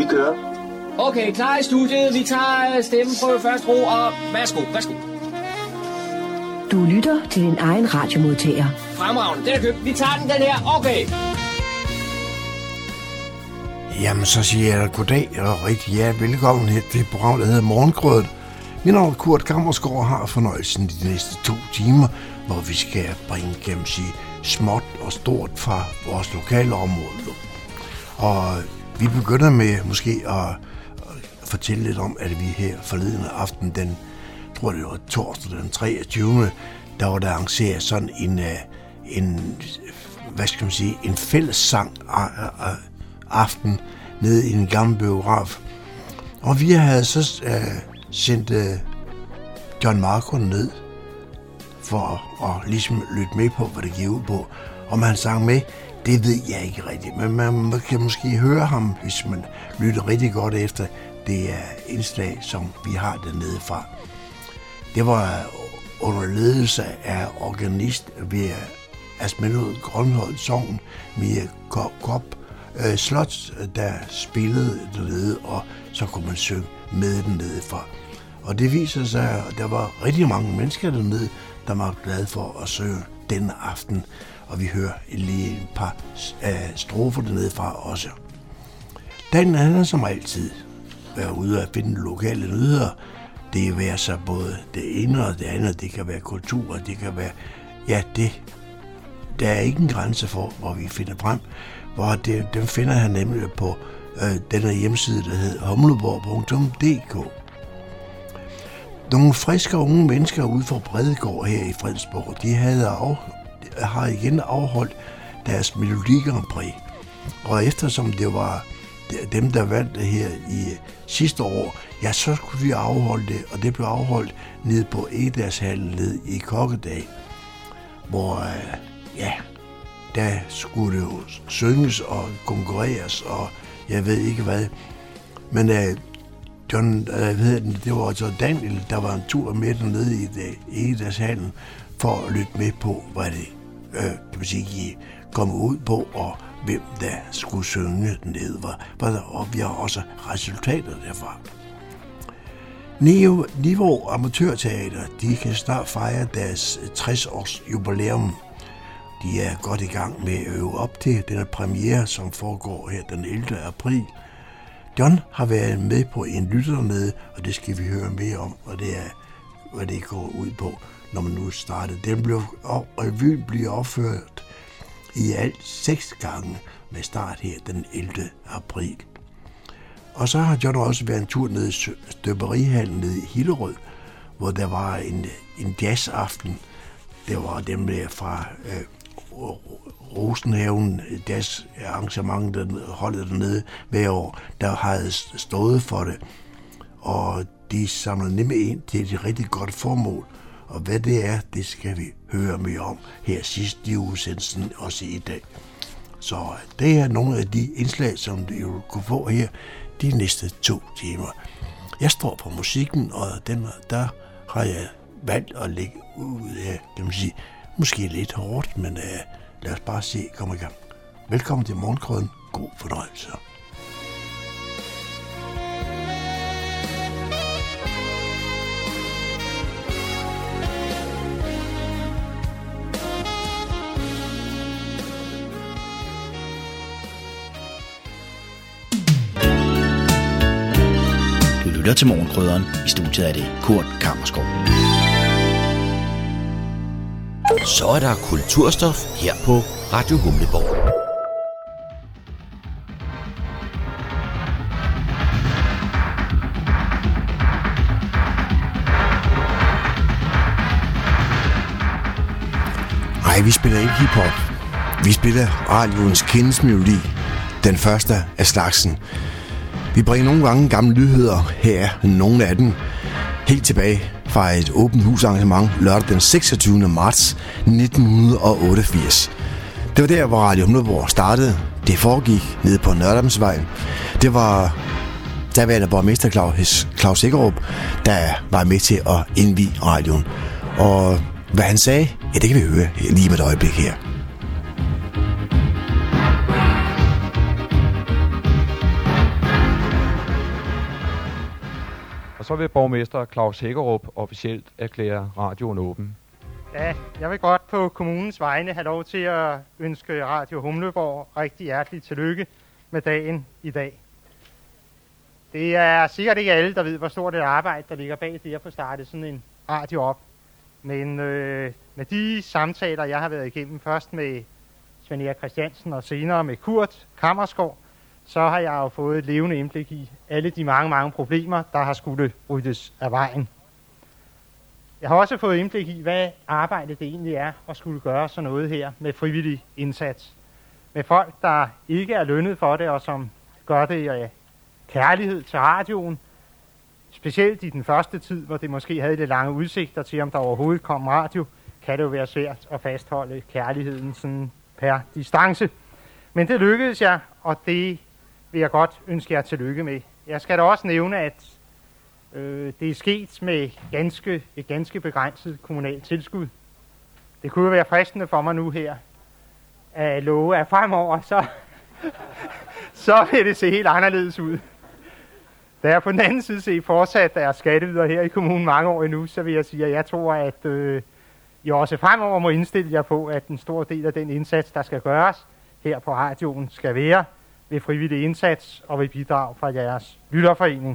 Vi kører. Okay, klar i studiet. Vi tager stemmeprøve først, ro, og værsgo. Du lytter til din egen radiomodtager. Fremragende, den er købt. Vi tager den her. Okay. Jamen, så siger jeg goddag og rigtig velkommen her til program, der hedder Morgengrødet. Mit navn er Kurt Kammersgaard og har fornøjelsen de næste 2 timer, hvor vi skal bringe, kan man sige, småt og stort fra vores lokale område. Og vi begynder med måske at fortælle lidt om, at vi her forleden aften, den, tror det var torsdag den 23., der var der arrangeret sådan en hvad skal man sige, en fællessang aften nede i en gammel biograf. Og vi havde så sendt John Marco ned for at ligesom lytte med på, hvad det gik ud på. Om han sang med, det ved jeg ikke rigtigt, men man kan måske høre ham, hvis man lytter rigtig godt efter. Det er indslag, som vi har dernede fra. Det var under ledelse af organist ved Asmindud Grønholdt Sogn, Mia Kopp Slot, der spillede dernede, og så kunne man synge med dernede fra. Og det viser sig, at der var rigtig mange mennesker dernede, der var glade for at synge denne aften. Og vi hører lige et par strofer dernede fra også. Den anden som altid være ude at finde lokale nyheder. Det er være så både det ene og det andet. Det kan være kultur, det kan være... Ja, der er ikke en grænse for, hvor vi finder frem. Hvor den finder han nemlig på denne hjemmeside, der hedder humleborg.dk. Nogle friske unge mennesker ude for Bredegård her i Fredensborg, de har igen afholdt deres Melodi Grand Prix. Og eftersom det var dem, der vandt det her i sidste år, ja, så skulle de afholde det, og det blev afholdt nede på Edagshallen nede i Kokkedal, hvor, der skulle det jo synges og konkurreres, og jeg ved ikke hvad. Men John, det var altså Daniel, der var en tur med dernede i Edagshallen, for at lytte med på, hvad det komme ud på, og hvem der skulle synge dernede. Og vi har også resultater derfra. Niveau Amatørteater, de kan snart fejre deres 60-års jubilæum. De er godt i gang med at øve op til denne premiere, som foregår her den 11. april. John har været med på en lytter dernede, og det skal vi høre mere om, og det er, hvad det går ud på, når man nu starter. Revyen bliver opført i alt 6 gange med start her den 11. april. Og så har John også været en tur nede i Støberihallen nede i Hillerød, hvor der var en jazzaften. Det var dem der fra Rosenhaven jazzarrangement, der holdt dernede hver år, der havde stået for det. Og de samlede nemlig ind til et rigtig godt formål. Og hvad det er, det skal vi høre mere om her sidst i udsendelsen, også i dag. Så det er nogle af de indslag, som du vil kunne få her de næste 2 timer. Jeg står på musikken, og der har jeg valgt at lægge ud af, kan man sige, måske lidt hårdt, men lad os bare se, kom i gang. Velkommen til Morgengrøden. God fornøjelse. Lytter til Morgenkrydderen. I studiet er det Kurt Kammersgaard. Så er der kulturstof her på Radio Humleborg. Nej, vi spiller ikke hiphop. Vi spiller radioens kendelsmelodi. Den første af slagsen. Vi bringer nogle gange gamle nyheder. Her er nogle af dem. Helt tilbage fra et åbent husarrangement lørdag den 26. marts 1988. Det var der, hvor Radio Humleborg startede. Det foregik nede på Nørdamsvej. Det var daværende borgmester Claus Ekkerup, der var med til at indvie radioen. Og hvad han sagde, ja, det kan vi høre lige med et øjeblik her. Og så vil borgmester Claus Hækkerup officielt erklære radioen åben. Ja, jeg vil godt på kommunens vegne have lov til at ønske Radio Humleborg rigtig hjertelig tillykke med dagen i dag. Det er sikkert ikke alle, der ved, hvor stort et arbejde, der ligger bag det at få startet sådan en radio op. Men med de samtaler, jeg har været igennem, først med Svend Erik Christiansen og senere med Kurt Kammersgaard, så har jeg jo fået et levende indblik i alle de mange problemer, der har skulle ryddes af vejen. Jeg har også fået indblik i, hvad arbejdet det egentlig er at skulle gøre sådan noget her med frivillig indsats. Med folk, der ikke er lønnet for det, og som gør det af kærlighed til radioen. Specielt i den første tid, hvor det måske havde lidt lange udsigter til, om der overhovedet kom radio, kan det jo være svært at fastholde kærligheden sådan per distance. Men det lykkedes jeg, og det vil jeg godt ønske jer tillykke med. Jeg skal da også nævne, at det er sket med et ganske begrænset kommunalt tilskud. Det kunne jo være fristende for mig nu her at love, at fremover så vil det se helt anderledes ud. Da jeg på den anden side fortsat er skatteyder her i kommunen mange år endnu, så vil jeg sige, at jeg tror, at I også fremover må indstille jer på, at en stor del af den indsats, der skal gøres her på radioen, skal være ved frivillig indsats og ved bidrag fra jeres lytterforening.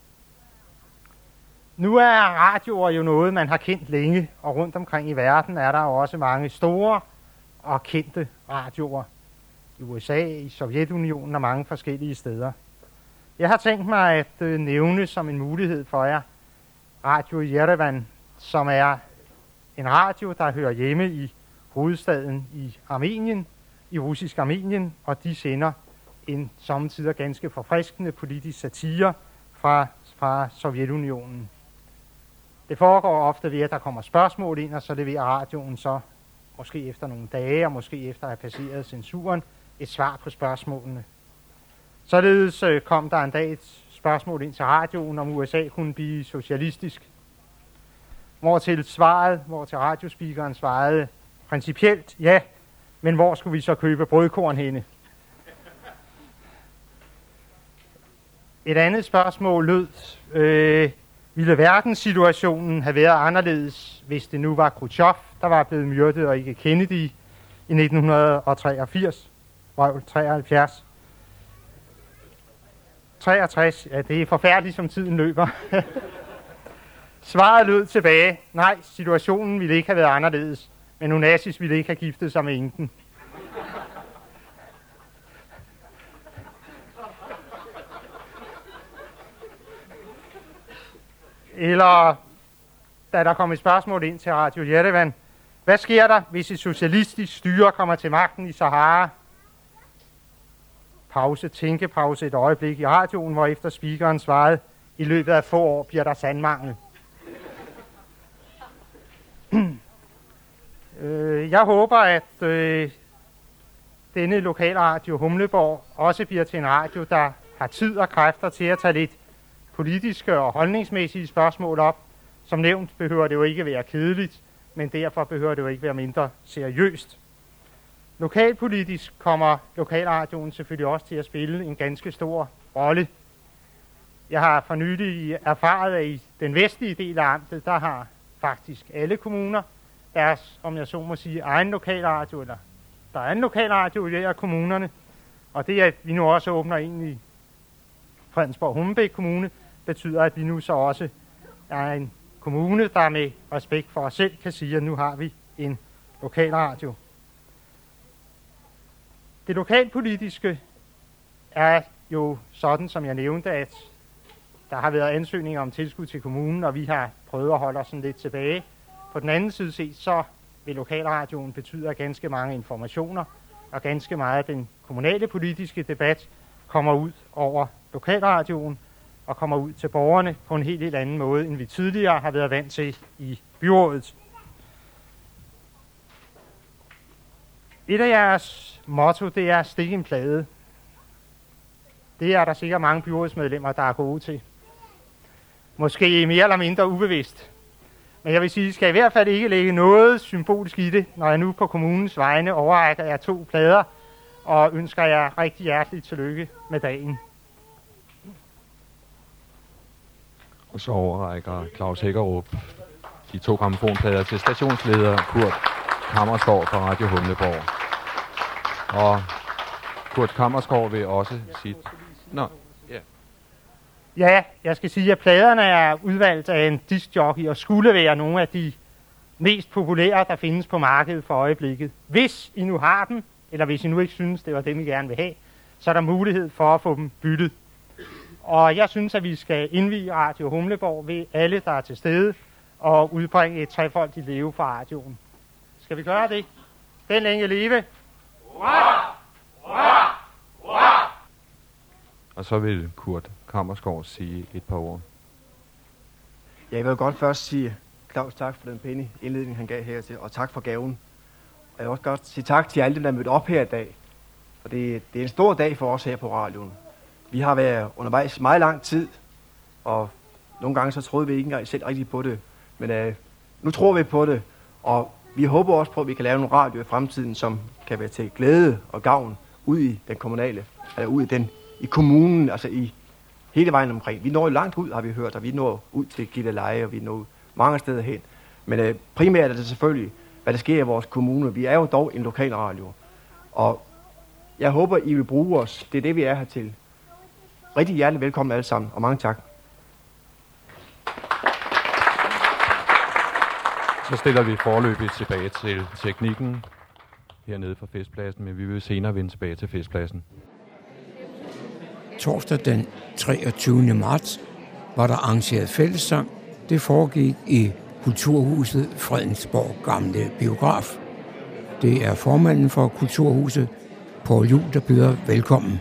Nu er radioer jo noget, man har kendt længe, og rundt omkring i verden er der jo også mange store og kendte radioer. I USA, i Sovjetunionen og mange forskellige steder. Jeg har tænkt mig at nævne som en mulighed for jer Radio Yerevan, som er en radio, der hører hjemme i hovedstaden i Armenien, i russisk Armenien, og de sender en sommetider ganske forfriskende politisk satire fra Sovjetunionen. Det foregår ofte ved, at der kommer spørgsmål ind, og så leverer radioen så, måske efter nogle dage, og måske efter at have passeret censuren, et svar på spørgsmålene. Således kom der en dag et spørgsmål ind til radioen, om USA kunne blive socialistisk. Hvortil radiospeakeren svarede principielt ja, men hvor skulle vi så købe brødkorn henne? Et andet spørgsmål lød, ville verdenssituationen have været anderledes, hvis det nu var Khrushchev, der var blevet myrdet, og ikke Kennedy i 1973? 63, ja, det er forfærdeligt, som tiden løber. Svaret lød tilbage, nej, situationen ville ikke have været anderledes, men Onassis ville ikke have giftet sig med enken. Eller, da der kom et spørgsmål ind til Radio Yerevan, hvad sker der, hvis et socialistisk styre kommer til magten i Sahara? Tænkepause et øjeblik i radioen, hvorefter speakeren svarede, i løbet af få år bliver der sandmangel. Jeg håber, at denne lokalradio Humleborg også bliver til en radio, der har tid og kræfter til at tage lidt politiske og holdningsmæssige spørgsmål op. Som nævnt behøver det jo ikke være kedeligt, men derfor behøver det jo ikke være mindre seriøst. Lokalpolitisk kommer lokalradioen selvfølgelig også til at spille en ganske stor rolle. Jeg har for nylig erfaret, at i den vestlige del af amtet, der har faktisk alle kommuner deres, om jeg så må sige, egen lokalradio, eller der er en lokalradio i af kommunerne. Og det, at vi nu også åbner en i Fredensborg-Humlebæk Kommune, betyder, at vi nu så også er en kommune, der med respekt for os selv kan sige, at nu har vi en lokalradio. Det lokalpolitiske er jo sådan, som jeg nævnte, at der har været ansøgninger om tilskud til kommunen, og vi har prøvet at holde os sådan lidt tilbage. På den anden side set, så vil lokalradioen betyde, at ganske mange informationer og ganske meget af den kommunale politiske debat kommer ud over lokalradioen og kommer ud til borgerne på en helt anden måde, end vi tidligere har været vant til i byrådet. Et af jeres motto, det er stik en plade. Det er der sikkert mange byrådsmedlemmer, der er gode til. Måske mere eller mindre ubevidst. Men jeg vil sige, skal i hvert fald ikke lægge noget symbolisk i det, når jeg nu på kommunens vegne overrækker jer 2 plader og ønsker jer rigtig hjerteligt tillykke med dagen. Og så overrækker Klaus Hækkerup de 2 grammofonplader til stationsleder Kurt Kammersgaard fra Radio Humleborg. Og Kurt Kammersgaard vil også sige... Ja, jeg skal sige, at pladerne er udvalgt af en diskjockey og skulle være nogle af de mest populære, der findes på markedet for øjeblikket. Hvis I nu har dem, eller hvis I nu ikke synes, det var dem, I gerne vil have, så er der mulighed for at få dem byttet. Og jeg synes, at vi skal indvie Radio Humleborg ved alle, der er til stede, og udbringe et trefoldigt leve for radioen. Skal vi gøre det? Den længe leve! Hurra! Hurra! Hurra! Og så vil Kurt Kammersgaard sige et par ord. Ja, jeg vil godt først sige, Claus, tak for den pæne indledning, han gav her til, og tak for gaven. Og jeg vil også godt sige tak til alle dem, der er mødt op her i dag. Og det er en stor dag for os her på radioen. Vi har været undervejs meget lang tid, og nogle gange så troede vi ikke engang selv rigtig på det. Men nu tror vi på det, og vi håber også på, at vi kan lave nogle radio i fremtiden, som kan være til glæde og gavn ud i den kommunale, eller ud i kommunen, altså i hele vejen omkring. Vi når langt ud, har vi hørt, og vi når ud til Gilleleje, og vi når mange steder hen. Men primært er det selvfølgelig, hvad der sker i vores kommune. Vi er jo dog en lokal radio, og jeg håber, I vil bruge os. Det er det, vi er her til. Rigtig hjertelig velkommen alle sammen, og mange tak. Så stiller vi forløbigt tilbage til teknikken hernede fra festpladsen, men vi vil senere vende tilbage til festpladsen. Torsdag den 23. marts var der arrangeret fællessang. Det foregik i Kulturhuset Fredensborg Gamle Biograf. Det er formanden for Kulturhuset, Poul Juhl, der byder velkommen.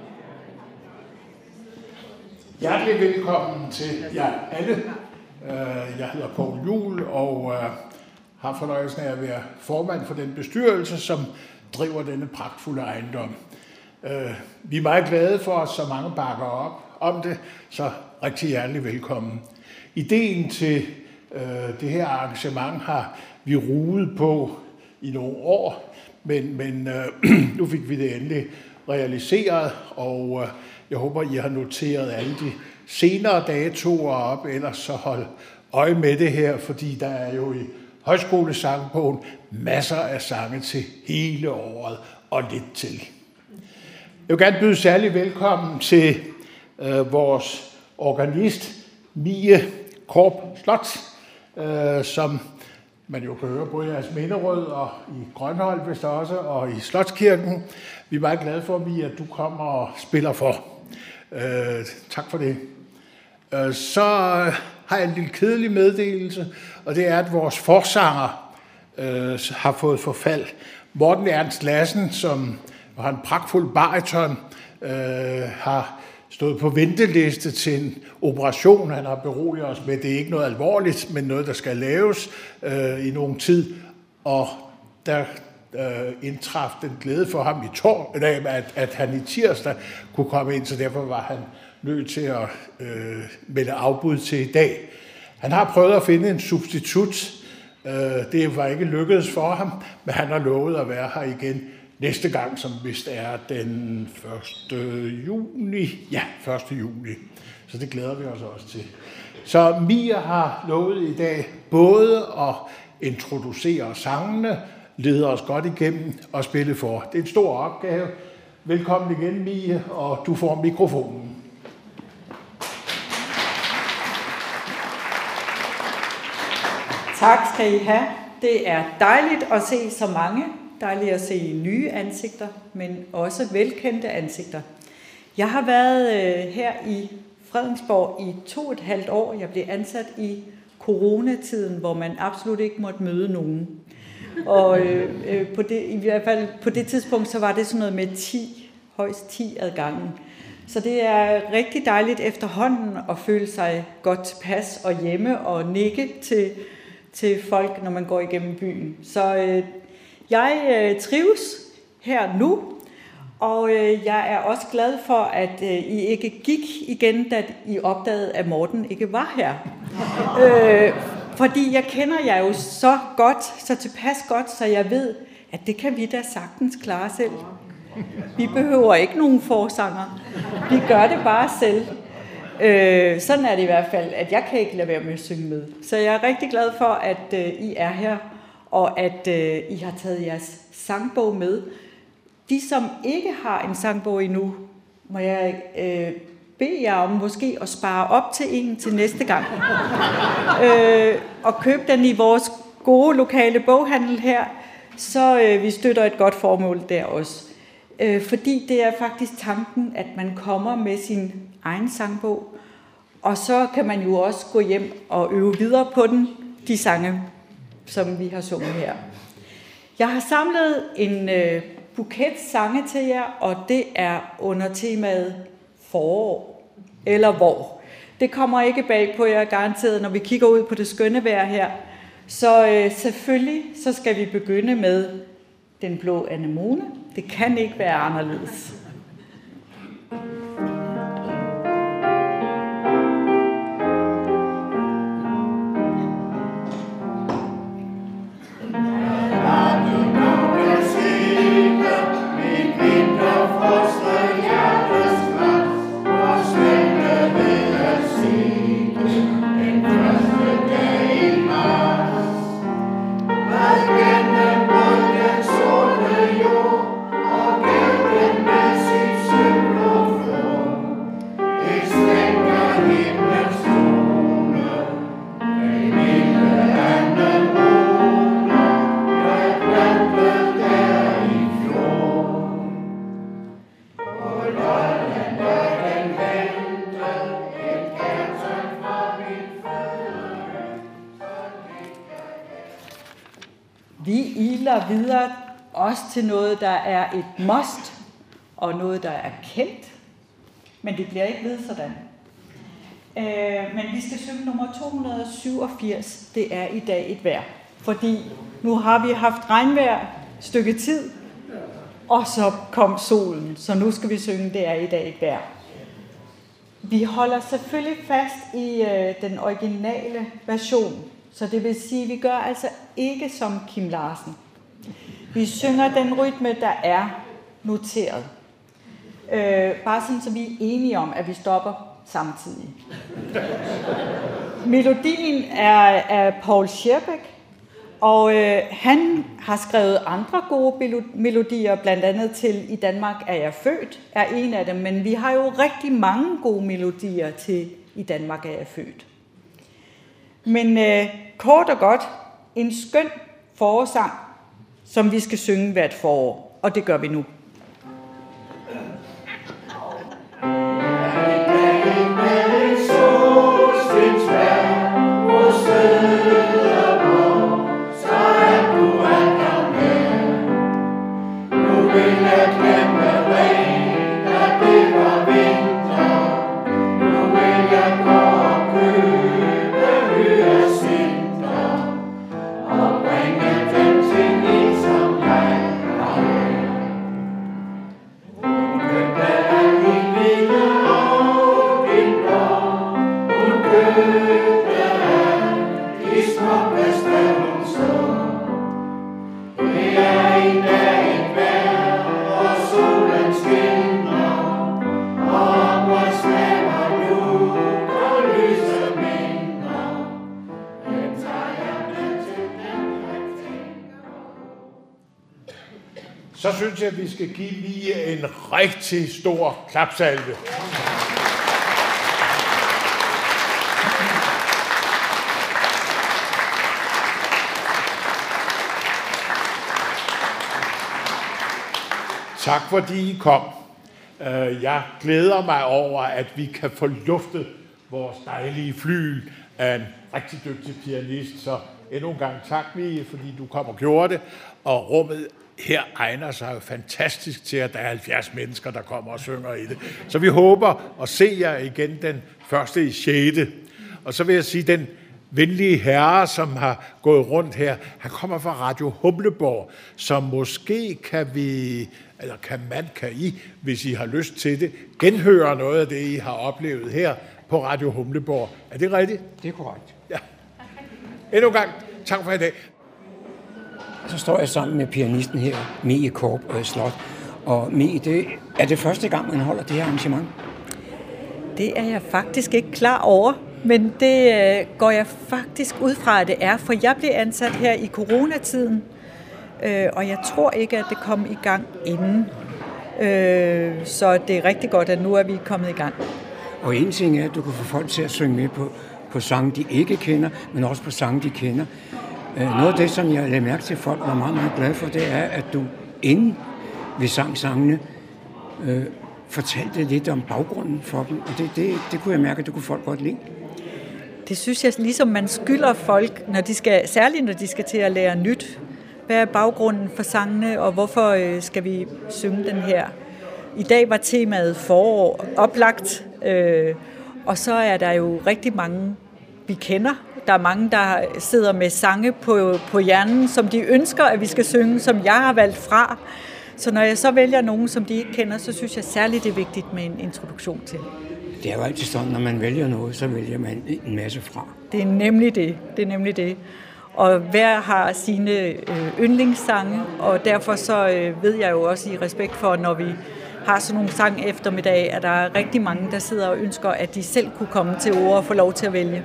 Hjertelig velkommen til jer alle. Jeg hedder Poul Juhl og har fornøjelsen af at være formand for den bestyrelse, som driver denne pragtfulde ejendom. Vi er meget glade for, at så mange bakker op om det, så rigtig hjertelig velkommen. Ideen til det her arrangement har vi ruget på i nogle år, men nu fik vi det endelig realiseret, og jeg håber, I har noteret alle de senere datoer op, ellers så hold øje med det her, fordi der er jo i højskolesangbogen masser af sange til hele året og lidt til. Jeg vil gerne byde særlig velkommen til vores organist, Mie Korp Slot, som man jo kan høre både i jeres Minderød og i Grønholdt, hvis der også, og i Slotskirken. Vi er meget glade for, Mie, at du kommer og spiller for. Tak for det. Så har jeg en lille kedelig meddelelse, og det er, at vores forsanger har fået forfald. Morten Ernst Lassen, som har en pragtfuld bariton, har stået på venteliste til en operation. Han har beroliget os med, at det er ikke noget alvorligt, men noget, der skal laves i nogen tid. Og der indtraf den glæde for ham at han i tirsdag kunne komme ind, så derfor var han nødt til at melde afbud til i dag. Han har prøvet at finde en substitut. Det var ikke lykkedes for ham, men han har lovet at være her igen næste gang, som vist er den 1. juni. Ja, 1. juni. Så det glæder vi os også til. Så Mia har lovet i dag både at introducere sangene, lede os godt igennem og spille for. Det er en stor opgave. Velkommen igen, Mia, og du får mikrofonen. Tak skal I have. Det er dejligt at se så mange. Dejligt at se nye ansigter, men også velkendte ansigter. Jeg har været her i Fredensborg i 2,5 år. Jeg blev ansat i coronatiden, hvor man absolut ikke måtte møde nogen. Og i hvert fald på det tidspunkt, så var det sådan noget med højst 10 adgangen. Så det er rigtig dejligt efterhånden at føle sig godt tilpas og hjemme og nikke til folk, når man går igennem byen. Så jeg trives her nu, og jeg er også glad for, at I ikke gik igen, da I opdagede, at Morten ikke var her. Fordi jeg kender jer jo så godt, så tilpas godt, så jeg ved, at det kan vi da sagtens klare selv. Vi behøver ikke nogen forsanger. Vi gør det bare selv. Sådan er det i hvert fald, at jeg kan ikke lade være med at synge med. Så jeg er rigtig glad for, at I er her, og at I har taget jeres sangbog med. De, som ikke har en sangbog endnu, må jeg bede jer om måske at spare op til en til næste gang. Og købe den i vores gode lokale boghandel her, så vi støtter et godt formål der også. Fordi det er faktisk tanken, at man kommer med sin egen sangbog, og så kan man jo også gå hjem og øve videre på den, de sange, som vi har sunget her. Jeg har samlet en buket sange til jer, og det er under temaet forår, eller hvor. Det kommer ikke bag på jer garanteret, når vi kigger ud på det skønne vejr her. Så selvfølgelig så skal vi begynde med Den blå anemone. Det kan ikke være anderledes. Vi iler videre også til noget, der er et must, og noget, der er kendt, men det bliver ikke ved sådan. Men vi skal synge nummer 287, det er I dag et vejr. Fordi nu har vi haft regnvejr et stykke tid, og så kom solen, så nu skal vi synge, det er I dag et vejr. Vi holder selvfølgelig fast i den originale version, så det vil sige, at vi gør altså ikke som Kim Larsen. Vi synger den rytme, der er noteret. Bare sådan, så vi er enige om, at vi stopper samtidig. Melodien er af Paul Scherbæk, og han har skrevet andre gode melodier, blandt andet til I Danmark er jeg født, er en af dem, men vi har jo rigtig mange gode melodier til I Danmark er jeg født. Men kort og godt, en skøn forårssang, som vi skal synge hvert forår, og det gør vi nu. Så synes jeg, at vi skal give lige en rigtig stor klapsalve. Tak fordi I kom. Jeg glæder mig over, at vi kan få luftet vores dejlige flyl af en rigtig dygtig pianist. Så endnu en gang tak, Mie, fordi du kom og gjorde det. Og rummet her egner sig jo fantastisk til, at der er 70 mennesker, der kommer og synger i det. Så vi håber at se jer igen den 1.6. Og så vil jeg sige, den venlige herre, som har gået rundt her, han kommer fra Radio Humleborg, så måske kan I, hvis I har lyst til det, genhøre noget af det, I har oplevet her på Radio Humleborg. Er det rigtigt? Det er korrekt. Ja. Endnu en gang, tak for i dag. Så står jeg sammen med pianisten her, Mie Korp Slot. Og Mie, det er det første gang, man holder det her arrangement? Det er jeg faktisk ikke klar over, men det går jeg faktisk ud fra, at det er, for jeg blev ansat her i coronatiden, og jeg tror ikke, at det kom i gang inden. Så det er rigtig godt, at nu er vi kommet i gang. Og en ting er, at du kan få folk til at synge med på sange, de ikke kender, men også på sange, de kender. Noget af det, som jeg lagde mærke til, at folk var meget, meget glade for, det er, at du inden vi sang sangene, fortalte lidt om baggrunden for dem, og det kunne jeg mærke, at det kunne folk godt lide. Det synes jeg, ligesom man skylder folk, særligt når de skal til at lære nyt. Hvad er baggrunden for sangene, og hvorfor skal vi synge den her? I dag var temaet forår oplagt, og så er der jo rigtig mange, vi kender. Der er mange, der sidder med sange på hjernen, som de ønsker, at vi skal synge, som jeg har valgt fra. Så når jeg så vælger nogen, som de ikke kender, så synes jeg særligt, det er vigtigt med en introduktion til. Det er jo altid sådan, når man vælger noget, så vælger man en masse fra. Det er nemlig det. Og hver har sine yndlingssange, og derfor så ved jeg jo også i respekt for, når vi har sådan nogle sang eftermiddag, at der er rigtig mange, der sidder og ønsker, at de selv kunne komme til ord og få lov til at vælge.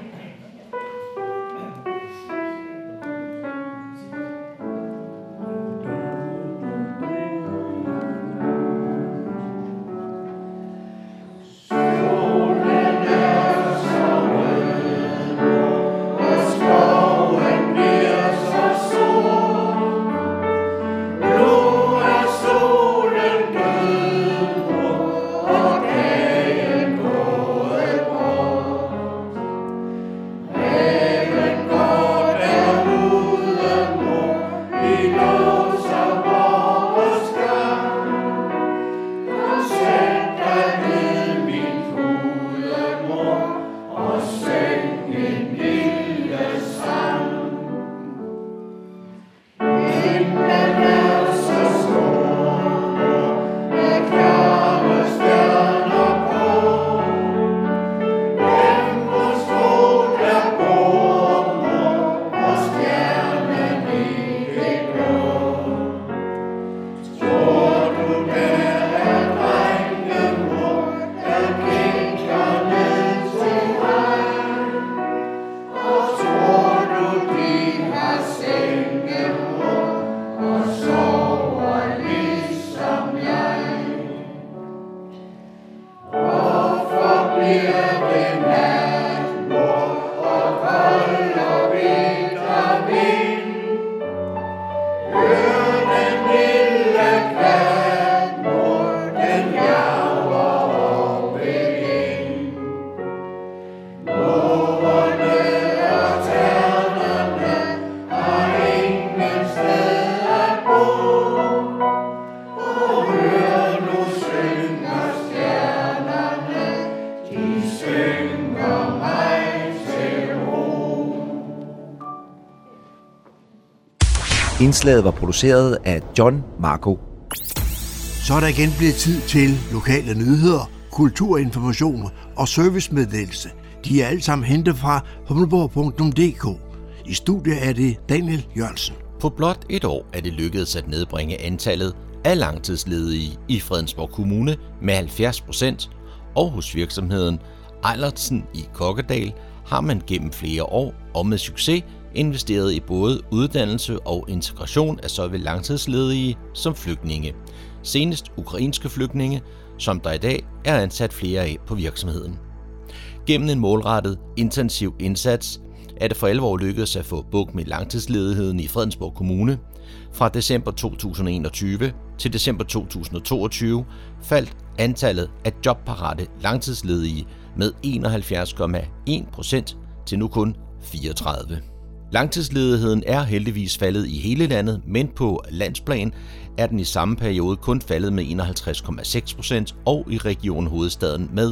Indslaget var produceret af John Marco. Så er der igen blevet tid til lokale nyheder, kulturinformation og servicemeddelelse. De er alle sammen hentet fra humleborg.dk. I studiet er det Daniel Jørgensen. På blot et år er det lykkedes at nedbringe antallet af langtidsledige i Fredensborg Kommune med 70%, og hos virksomheden Eilertsen i Kokkedal har man gennem flere år og med succes investeret i både uddannelse og integration af såvel langtidsledige som flygtninge. Senest ukrainske flygtninge, som der i dag er ansat flere af på virksomheden. Gennem en målrettet, intensiv indsats er det for alvor lykkedes at få bugt med langtidsledigheden i Fredensborg Kommune. Fra december 2021 til december 2022 faldt antallet af jobparate langtidsledige med 71,1% til nu kun 34. Langtidsledigheden er heldigvis faldet i hele landet, men på landsplan er den i samme periode kun faldet med 51,6% og i Region Hovedstaden med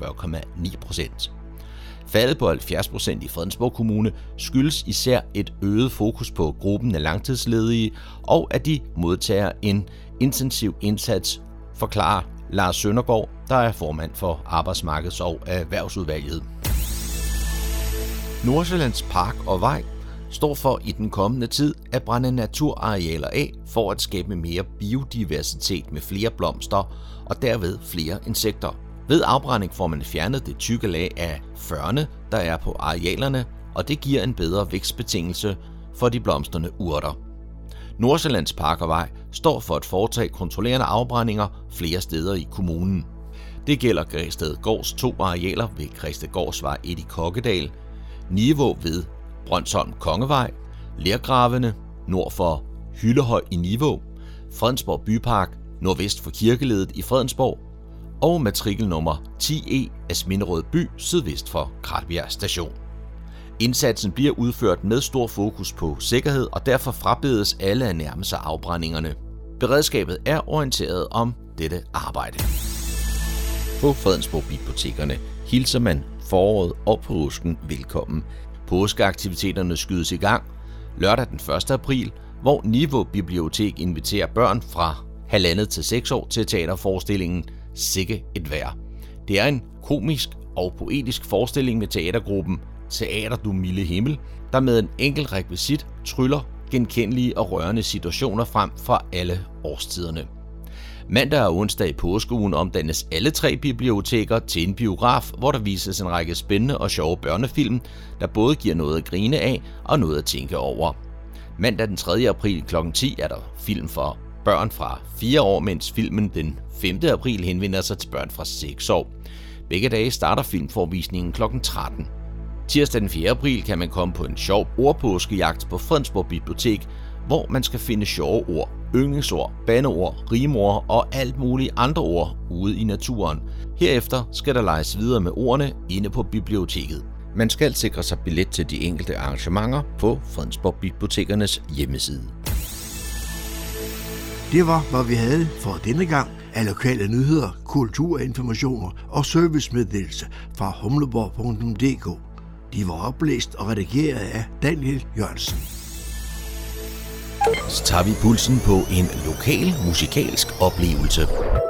49,9%. Faldet på 70% i Fredensborg Kommune skyldes især et øget fokus på gruppen af langtidsledige, og at de modtager en intensiv indsats, forklarer Lars Søndergaard, der er formand for Arbejdsmarkeds- og Erhvervsudvalget. Nordsjællands Park og Vej står for i den kommende tid at brænde naturarealer af for at skabe mere biodiversitet med flere blomster og derved flere insekter. Ved afbrænding får man fjernet det tykke lag af førne, der er på arealerne, og det giver en bedre vækstbetingelse for de blomstrende urter. Nordsjællands Parkervej står for at foretage kontrollerende afbrændinger flere steder i kommunen. Det gælder Græstedgårds 2 arealer ved Græstedgårdsvej 1 i Kokkedal, Nivå ved Brønsholm Kongevej, Lergravene nord for Hyllehøj i Nivå, Fredensborg Bypark nordvest for Kirkeledet i Fredensborg og matrikelnummer 10E Asminderød By sydvest for Kratbjerg Station. Indsatsen bliver udført med stor fokus på sikkerhed, og derfor frabedes alle at nærme sig afbrændingerne. Beredskabet er orienteret om dette arbejde. På Fredensborg Bibliotekerne hilser man foråret og påsken velkommen. Påskeaktiviteterne skydes i gang lørdag den 1. april, hvor Nivå Bibliotek inviterer børn fra 1,5 til 6 år til teaterforestillingen Sikke et vejr. Det er en komisk og poetisk forestilling med teatergruppen Teater du milde himmel, der med en enkelt rekvisit tryller genkendelige og rørende situationer frem fra alle årstiderne. Mandag og onsdag i påskeugen omdannes alle 3 biblioteker til en biograf, hvor der vises en række spændende og sjove børnefilm, der både giver noget at grine af og noget at tænke over. Mandag den 3. april kl. 10 er der film for børn fra 4 år, mens filmen den 5. april henvender sig til børn fra 6 år. Begge dage starter filmforvisningen kl. 13. Tirsdag den 4. april kan man komme på en sjov ordpåskejagt på Fredensborg Bibliotek, hvor man skal finde sjove ord, yndlingsord, bandeord, rimord og alt muligt andre ord ude i naturen. Herefter skal der leges videre med ordene inde på biblioteket. Man skal sikre sig billet til de enkelte arrangementer på Fredensborg Bibliotekernes hjemmeside. Det var, hvad vi havde for denne gang af lokale nyheder, kulturinformationer og servicemeddelelse fra humleborg.dk. De var oplæst og redigeret af Daniel Jørgensen. Så tager vi pulsen på en lokal musikalsk oplevelse.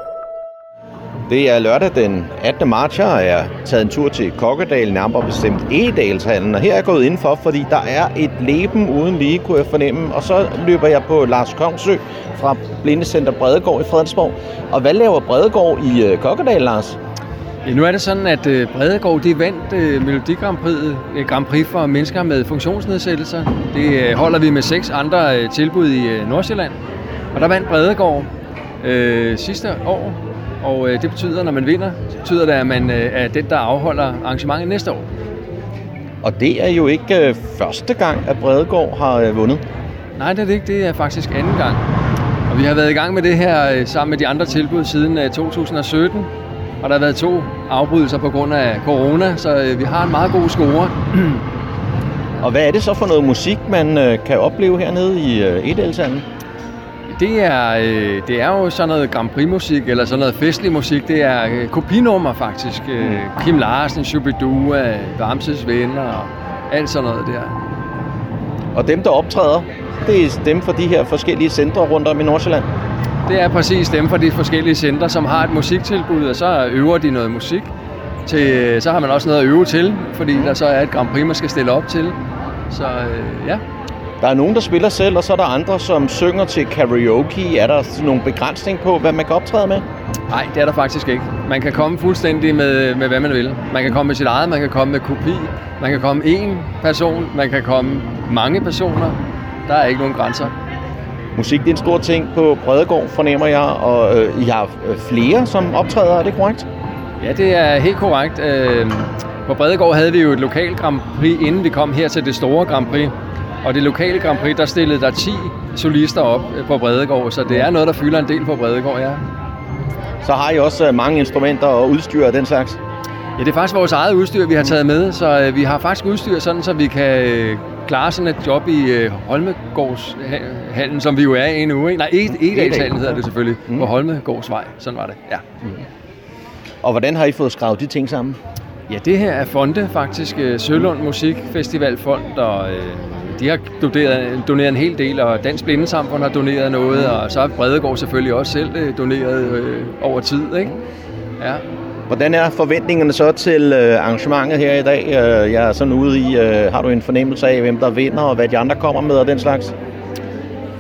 Det er lørdag den 18. marts, og jeg er taget en tur til Kokkedal, nærmere bestemt Egedalshallen, og her er jeg gået indenfor, fordi der er et leben uden lige, kunne jeg fornemme, og så løber jeg på Lars Kongsø fra Blindecenter Bredegård i Fredensborg. Og hvad laver Bredegård i Kokkedal, Lars? Ja, nu er det sådan, at Bredegård vandt Melodi Grand Prix for mennesker med funktionsnedsættelser. Det holder vi med 6 andre tilbud i Nordsjælland. Og der vandt Bredegård sidste år, og det betyder, når man vinder, så betyder det, at man er den, der afholder arrangementet næste år. Og det er jo ikke første gang, at Bredegård har vundet. Nej, det er det ikke. Det er faktisk anden gang. Og vi har været i gang med det her sammen med de andre tilbud siden 2017. Og der har været 2 afbrydelser på grund af corona, så vi har en meget god score. Og hvad er det så for noget musik, man kan opleve hernede i Egedalshallen? Det er jo sådan noget Grand Prix-musik, eller sådan noget festlig musik. Det er kopinummer faktisk. Kim Larsen, Shubidua, Bamses Venner og alt sådan noget der. Og dem, der optræder, det er dem fra de her forskellige centre rundt om i Nordsjælland? Det er præcis dem fra de forskellige centre, som har et musiktilbud, og så øver de noget musik. Så har man også noget at øve til, fordi der så er et Grand Prix, man skal stille op til. Så ja. Der er nogen, der spiller selv, og så er der andre, som synger til karaoke. Er der nogle begrænsning på, hvad man kan optræde med? Nej, det er der faktisk ikke. Man kan komme fuldstændig med hvad man vil. Man kan komme med sit eget, man kan komme med kopi, man kan komme én person, man kan komme mange personer. Der er ikke nogen grænser. Musik, det er en stor ting på Bredegård, fornemmer jeg, og I har flere, som optræder, er det korrekt? Ja, det er helt korrekt. På Bredegård havde vi jo et lokalt Grand Prix, inden vi kom her til det store Grand Prix. Og det lokale Grand Prix, der stillede der 10 solister op på Bredegård, så det er noget, der fylder en del på Bredegård, ja. Så har I også mange instrumenter og udstyr af den slags? Ja, det er faktisk vores eget udstyr, vi har taget med, så vi har faktisk udstyr sådan, så vi kan klare sådan et job i Holmegårdshallen, som vi jo er i nu, ikke? Nej, Egedalshallen hedder det selvfølgelig, på Holmegårdsvej, sådan var det, ja. Og hvordan har I fået skrevet de ting sammen? Ja, det her er Fonde faktisk, Sølund Musikfestivalfond, og de har doneret en hel del, og Dansk Blindesamfund har doneret noget, og så har Bredegård selvfølgelig også selv doneret over tid, ikke? Ja. Hvordan er forventningerne så til arrangementet her i dag? Jeg er sådan ude i, har du en fornemmelse af, hvem der vinder, og hvad de andre kommer med og den slags?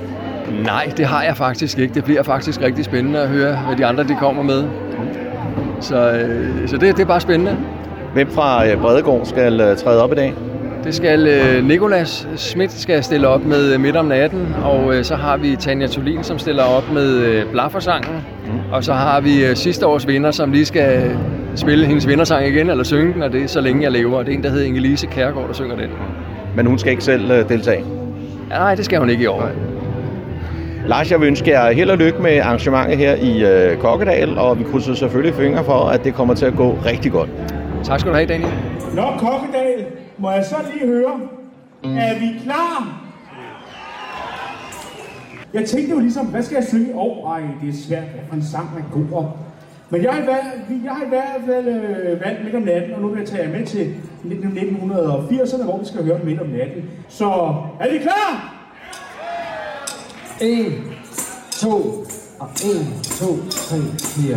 Nej, det har jeg faktisk ikke. Det bliver faktisk rigtig spændende at høre, hvad de andre de kommer med. Så det er bare spændende. Hvem fra Bredegård skal træde op i dag? Det skal Nicolas Schmidt skal stille op med Midt om natten, og så har vi Tanja Thulin, som stiller op med Blaffersangen. Og så har vi sidste års vinder, som lige skal spille hendes vindersang igen, eller synge den, og det er Så længe jeg lever. Og det er en, der hedder Inge-Lise Kjærgaard, der synger den. Men hun skal ikke selv deltage? Ja, nej, det skal hun ikke i år. Lars, jeg vil ønske jer held og lykke med arrangementet her i Kokkedal, og vi krydser selvfølgelig fingre for, at det kommer til at gå rigtig godt. Tak skal du have, Daniel. Nå, Kokkedal, må jeg så lige høre, er vi klar? Jeg tænkte jo ligesom, hvad skal jeg synge? Det er svært, for en sang er god. Men jeg har i hvert fald valgt Midt om natten, og nu vil jeg tage jer med til 1980'erne, hvor vi skal høre Midt om natten. Så er vi klar? 1, 2, og 1, 2, 3, 4.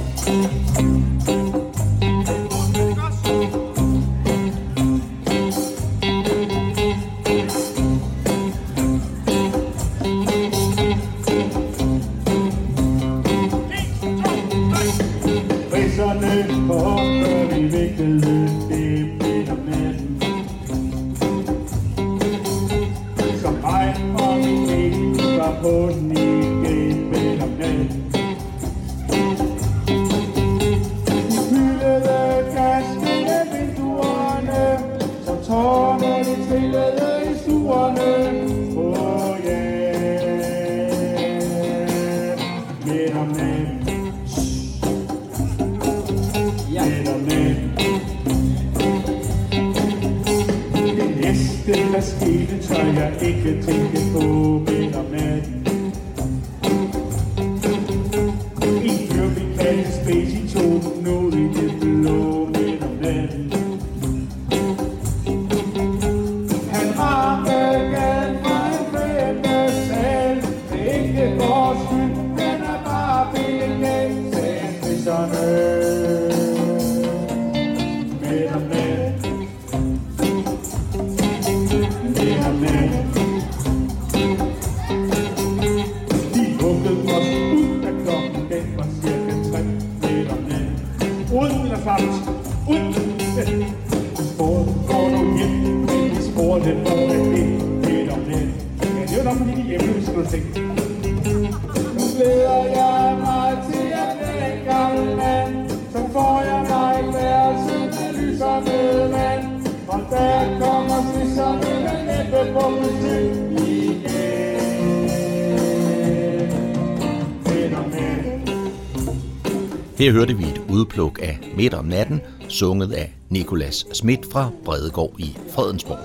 Her hørte vi et udpluk af Midt om natten, sunget af Nicolas Schmidt fra Bredegård i Fredensborg.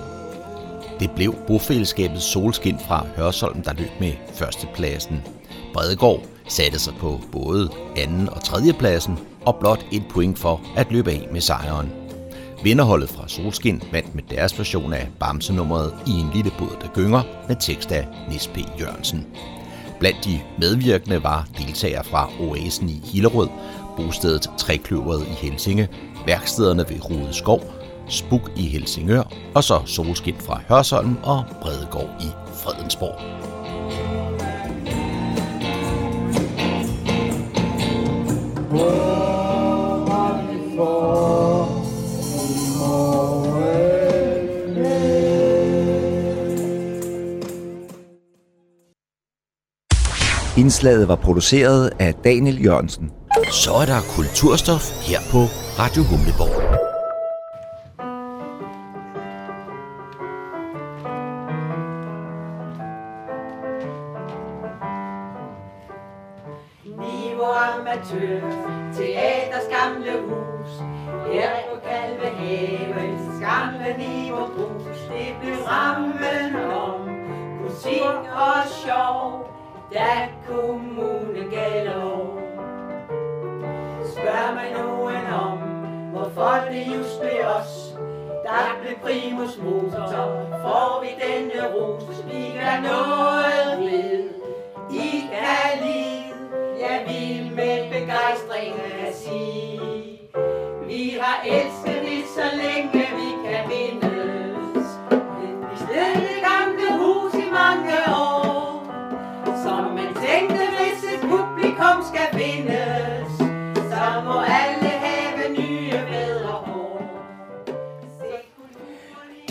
Det blev bofællesskabet Solskin fra Hørsholm, der løb med førstepladsen. Bredegård satte sig på både anden- og tredjepladsen, og blot et point for at løbe af med sejren. Vinderholdet fra Solskin vandt med deres version af Bamsenummeret I en lille båd, der gynger, med tekst af Nis P. Jørgensen. Blandt de medvirkende var deltagere fra Oasen i Hillerød, bostedet Trækløveret i Helsinge, værkstederne ved Rude Skov, Spuk i Helsingør, og så Solskin fra Hørsholm og Bredegård i Fredensborg. Indslaget var produceret af Daniel Jørgensen. Så er der kulturstof her på Radio Humleborg. Nivo Amatør, teaters gamle hus. Her på Kalvehavens gamle Nivo Brus. Det blev rammen om musik og sjov, da kommunen gav lov. Spørg mig nogen om, hvorfor det just blev os, der blev primus motor. Får vi denne ros, vi gør noget ved. I kan lide, jeg vil med begejstring at sige. Vi har elsket det, så længe vi kan mindes. Vi stod det gamle hus i mange år, som man tænkte, hvis et publikum skal findes, så må alle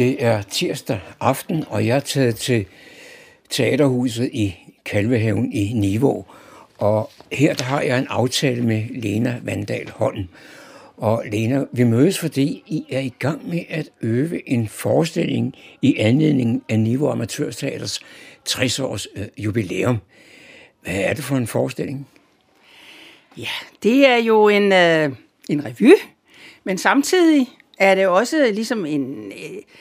Det er tirsdag aften, og jeg er taget til Teaterhuset i Kalvehaven i Nivå. Og her der har jeg en aftale med Lena Vandal Holm. Og Lena, vi mødes, fordi I er i gang med at øve en forestilling i anledning af Nivå Amatørteaters 60-års jubilæum. Hvad er det for en forestilling? Ja, det er jo en revy, men samtidig er det også ligesom en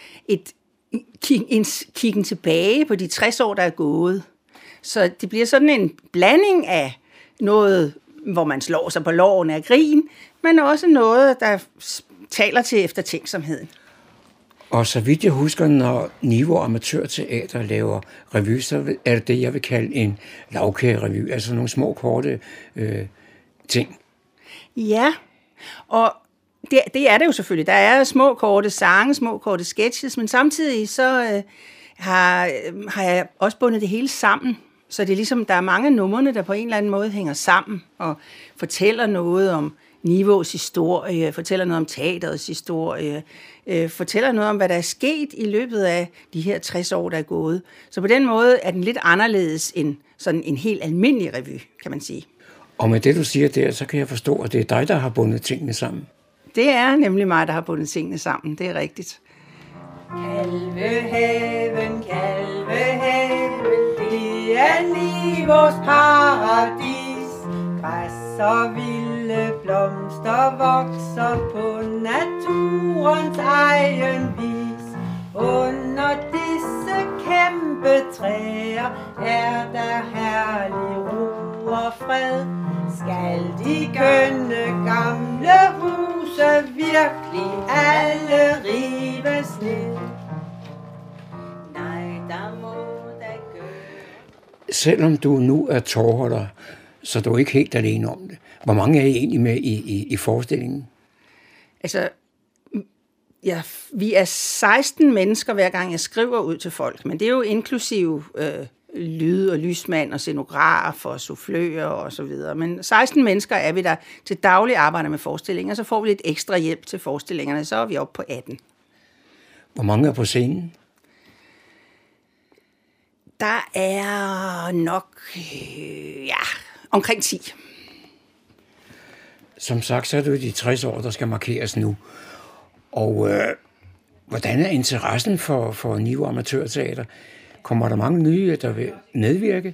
kiggen tilbage på de 60 år, der er gået. Så det bliver sådan en blanding af noget, hvor man slår sig på låren af grin, men også noget, der taler til eftertænksomheden. Og så vidt jeg husker, når Nivå Amatørteater laver revy, så er det, jeg vil kalde en lavkagerevy, altså nogle små, korte ting. Ja, og det er det jo selvfølgelig. Der er små, korte sange, små, korte sketches, men samtidig så har jeg også bundet det hele sammen. Så det er ligesom, der er mange af numrene, der på en eller anden måde hænger sammen og fortæller noget om Nivås historie, fortæller noget om teaterets historie, fortæller noget om, hvad der er sket i løbet af de her 60 år, der er gået. Så på den måde er den lidt anderledes end sådan en helt almindelig revy, kan man sige. Og med det, du siger der, så kan jeg forstå, at det er dig, der har bundet tingene sammen. Det er nemlig mig, der har bundet tingene sammen. Det er rigtigt. Kalvehaven, Kalvehaven, det er Nivås paradis. Græs og vilde blomster vokser på naturens egen vis. Under disse kæmpe træer er der herlig ro og fred. Skal de kønne gamle huse virkelig alle rives ned? Nej, der må da gøre. Selvom du nu er tovholder, så er du ikke helt alene om det. Hvor mange er I egentlig med i forestillingen? Altså, ja, vi er 16 mennesker, hver gang jeg skriver ud til folk, men det er jo inklusive lyd- og lysmand og scenograf og soufflører og så videre. Men 16 mennesker er vi der til daglig arbejder med forestillinger, så får vi lidt ekstra hjælp til forestillingerne, så er vi oppe på 18. Hvor mange er på scenen? Der er nok omkring 10. Som sagt, så er det jo de 60 år, der skal markeres nu. Og hvordan er interessen for Nivå Amatørteater? Kommer der mange nye, der vil medvirke?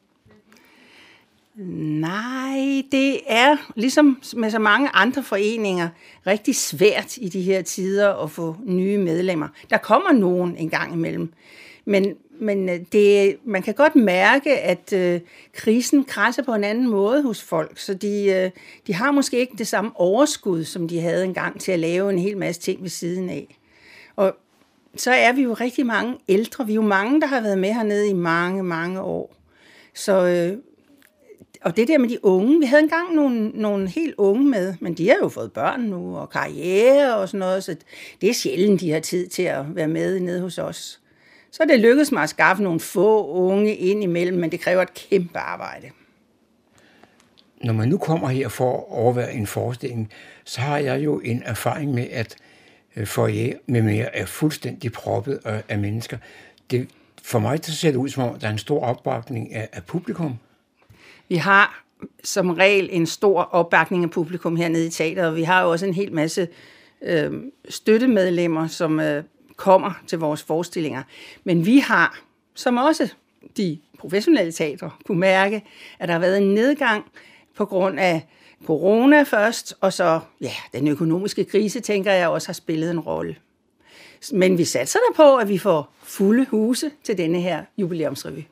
Nej, det er ligesom med så mange andre foreninger rigtig svært i de her tider at få nye medlemmer. Der kommer nogen en gang imellem, men man kan godt mærke, at krisen kradser på en anden måde hos folk, så de har måske ikke det samme overskud, som de havde engang til at lave en hel masse ting ved siden af. Og så er vi jo rigtig mange ældre. Vi er jo mange, der har været med hernede i mange, mange år. Så, og det der med de unge, vi havde engang nogle helt unge med, men de har jo fået børn nu og karriere og sådan noget, så det er sjældent, de har tid til at være med nede hos os. Så er det lykkedes mig at skaffe nogle få unge ind imellem, men det kræver et kæmpe arbejde. Når man nu kommer her for at overvære en forestilling, så har jeg jo en erfaring med, at foyer med mere er fuldstændig proppet af mennesker. For mig ser det ud, som om der er en stor opbakning af publikum. Vi har som regel en stor opbakning af publikum hernede i teateret, og vi har jo også en hel masse støttemedlemmer, som kommer til vores forestillinger. Men vi har, som også de professionelle teatre, kunne mærke, at der har været en nedgang på grund af corona først, og så den økonomiske krise, tænker jeg, også har spillet en rolle. Men vi satser der på, at vi får fulde huse til denne her jubilæumsrevy.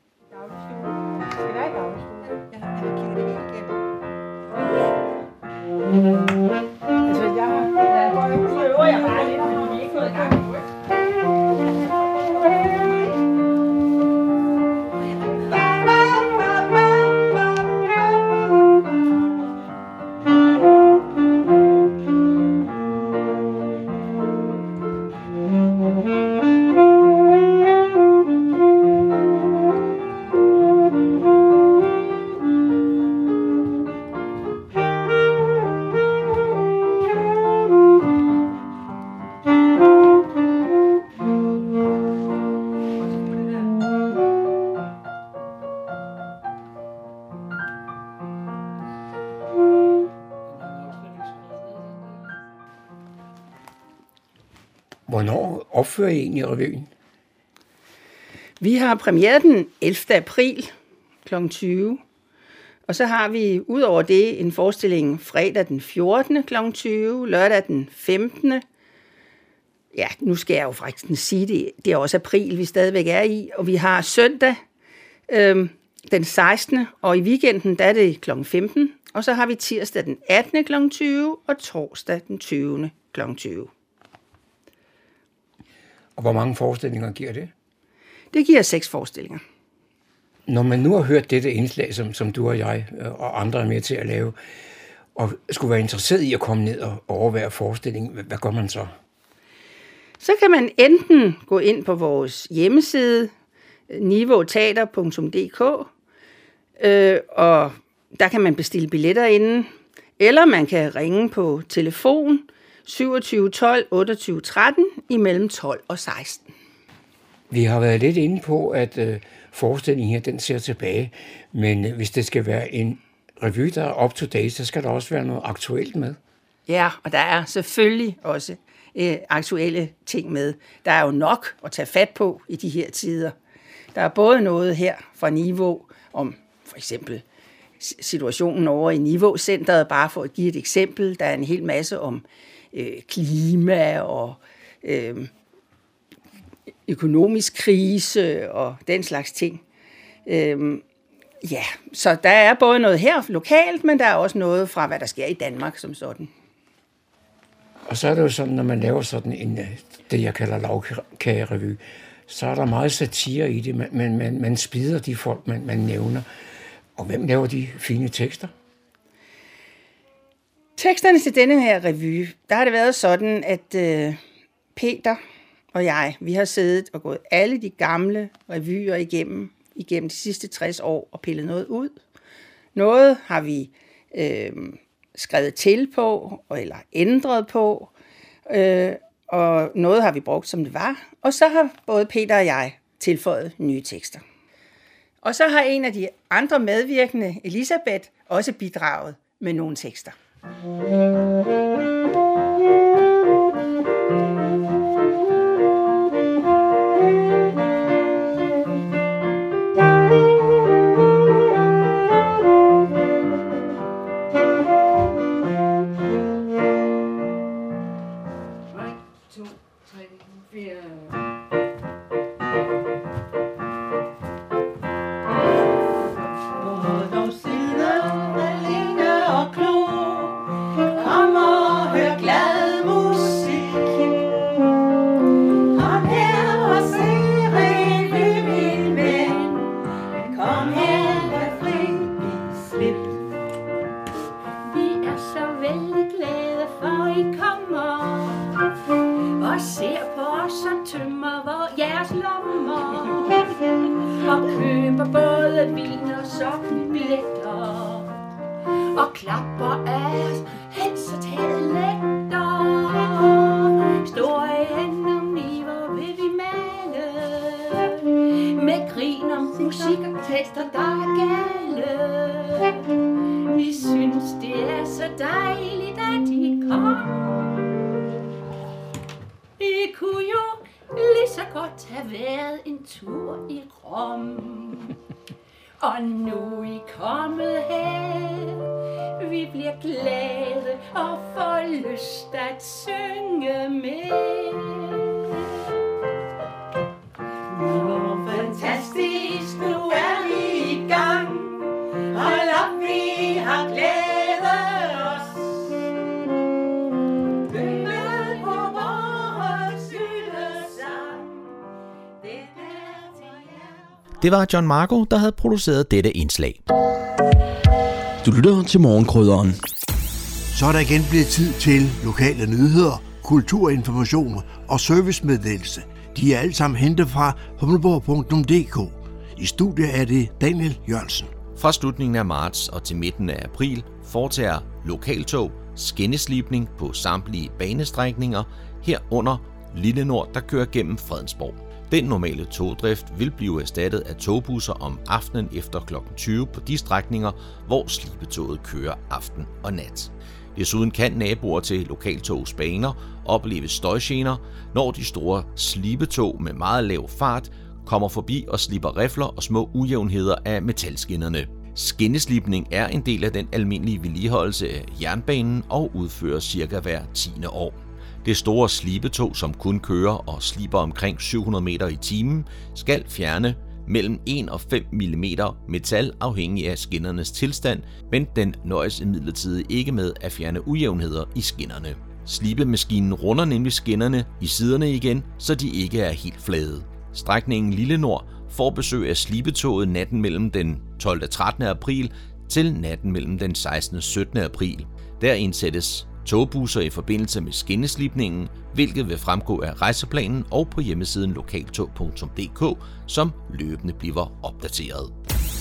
Hvornår opfører I egentlig revyen? Vi har premiere den 11. april kl. 20. Og så har vi ud over det en forestilling fredag den 14. kl. 20, lørdag den 15. Ja, nu skal jeg jo faktisk sige det. Det er også april, vi stadigvæk er i. Og vi har søndag den 16. Og i weekenden der er det kl. 15. Og så har vi tirsdag den 18. kl. 20 og torsdag den 20. kl. 20. Og hvor mange forestillinger giver det? Det giver 6 forestillinger. Når man nu har hørt dette indslag, som du og jeg og andre er med til at lave, og skulle være interesseret i at komme ned og overvære forestillingen, hvad gør man så? Så kan man enten gå ind på vores hjemmeside, niveauteater.dk, og der kan man bestille billetter inden, eller man kan ringe på telefon 27 12 28 13 imellem 12 og 16. Vi har været lidt inde på, at forestillingen her, den ser tilbage, men hvis det skal være en revy, der er up to date, så skal der også være noget aktuelt med. Ja, og der er selvfølgelig også aktuelle ting med. Der er jo nok at tage fat på i de her tider. Der er både noget her fra Niveau om for eksempel situationen over i Niveau-centret, bare for at give et eksempel. Der er en hel masse om klima og økonomisk krise og den slags ting. Ja, så der er både noget her lokalt, men der er også noget fra, hvad der sker i Danmark som sådan. Og så er det jo sådan, når man laver sådan en, det jeg kalder lavkagerevy, så er der meget satire i det. Man spider de folk, man nævner. Og hvem laver de fine tekster? Teksterne til denne her revy, der har det været sådan, at Peter og jeg, vi har siddet og gået alle de gamle revyer igennem de sidste 60 år og pillet noget ud. Noget har vi skrevet til på, eller ændret på, og noget har vi brugt, som det var. Og så har både Peter og jeg tilføjet nye tekster. Og så har en af de andre medvirkende, Elisabeth, også bidraget med nogle tekster. Og nu I kommet her, vi bliver glade og får lyst at synge med. Hvor fantastisk, nu er vi i gang. Hold op, vi har glædet os. Lyt med på vores sang. Det var John Marco, der havde produceret dette indslag. Du lytter til Morgenkrydderen. Så er der igen blevet tid til lokale nyheder, kulturinformationer og servicemeddelelse. De er alle sammen hentet fra humleborg.dk. I studiet er det Daniel Jørgensen. Fra slutningen af marts og til midten af april foretager lokaltog skinneslibning på samtlige banestrækninger, herunder Lille Nord, der kører gennem Fredensborg. Den normale togdrift vil blive erstattet af togbusser om aftenen efter kl. 20 på de strækninger, hvor slibetoget kører aften og nat. Desuden kan naboer til lokaltogsbaner opleve støjgener, når de store slibetog med meget lav fart kommer forbi og slipper rifler og små ujævnheder af metalskinnerne. Skinneslibning er en del af den almindelige vedligeholdelse af jernbanen og udføres cirka hver 10. år. Det store slibetog, som kun kører og sliber omkring 700 meter i timen, skal fjerne mellem 1 og 5 mm metal afhængig af skinnernes tilstand, men den nøjes imidlertid ikke med at fjerne ujævnheder i skinnerne. Slibemaskinen runder nemlig skinnerne i siderne igen, så de ikke er helt flade. Strækningen Lille Nord får besøg af slibetoget natten mellem den 12. og 13. april til natten mellem den 16. og 17. april. Der indsættes togbusser i forbindelse med skinneslibningen, hvilket vil fremgå af rejseplanen og på hjemmesiden lokaltog.dk, som løbende bliver opdateret.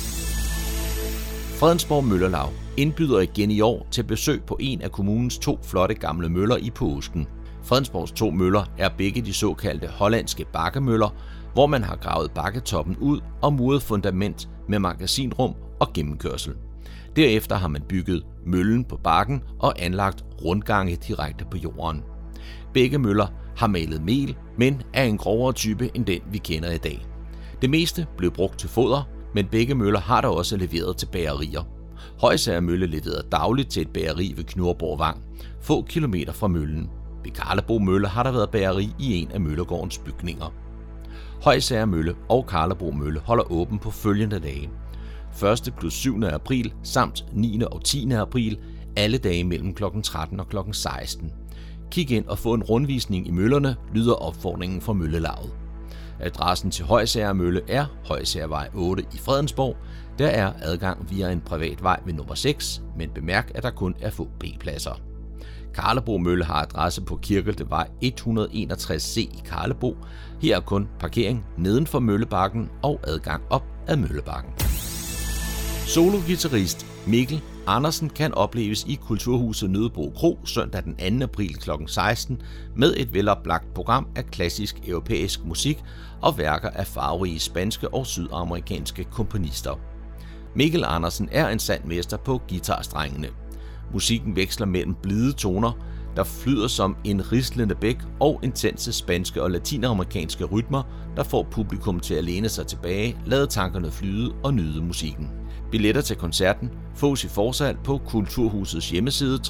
Fredensborg Møllerlaug indbyder igen i år til besøg på en af kommunens 2 flotte gamle møller i påsken. Fredensborgs 2 møller er begge de såkaldte hollandske bakkemøller, hvor man har gravet bakketoppen ud og muret fundament med magasinrum og gennemkørsel. Derefter har man bygget møllen på bakken og anlagt rundgange direkte på jorden. Begge møller har malet mel, men er en grovere type end den, vi kender i dag. Det meste blev brugt til foder, men begge møller har der også leveret til bagerier. Højsager Mølle leverede dagligt til et bageri ved Knurborg Vang, få kilometer fra møllen. Ved Karlebo Mølle har der været bageri i en af møllegårdens bygninger. Højsager Mølle og Karlebo Mølle holder åben på følgende dage: 1. plus 7. april samt 9. og 10. april, alle dage mellem kl. 13 og kl. 16. Kig ind og få en rundvisning i møllerne, lyder opfordringen fra Møllelaget. Adressen til Højsager Mølle er Højsagervej 8 i Fredensborg. Der er adgang via en privat vej ved nummer 6, men bemærk, at der kun er få P-pladser. Karlebo Mølle har adresse på Kirkeltevej 161C i Karlebo. Her er kun parkering neden for Møllebakken og adgang op ad Møllebakken. Sologitarrist Mikkel Andersen kan opleves i Kulturhuset Nødebo Kro søndag den 2. april kl. 16 med et veloplagt program af klassisk europæisk musik og værker af farverige spanske og sydamerikanske komponister. Mikkel Andersen er en sand mester på guitarstrengene. Musikken veksler mellem blide toner, der flyder som en rislende bæk, og intense spanske og latinamerikanske rytmer, der får publikum til at læne sig tilbage, lade tankerne flyde og nyde musikken. Billetter til koncerten fås i forsalg på Kulturhusets hjemmeside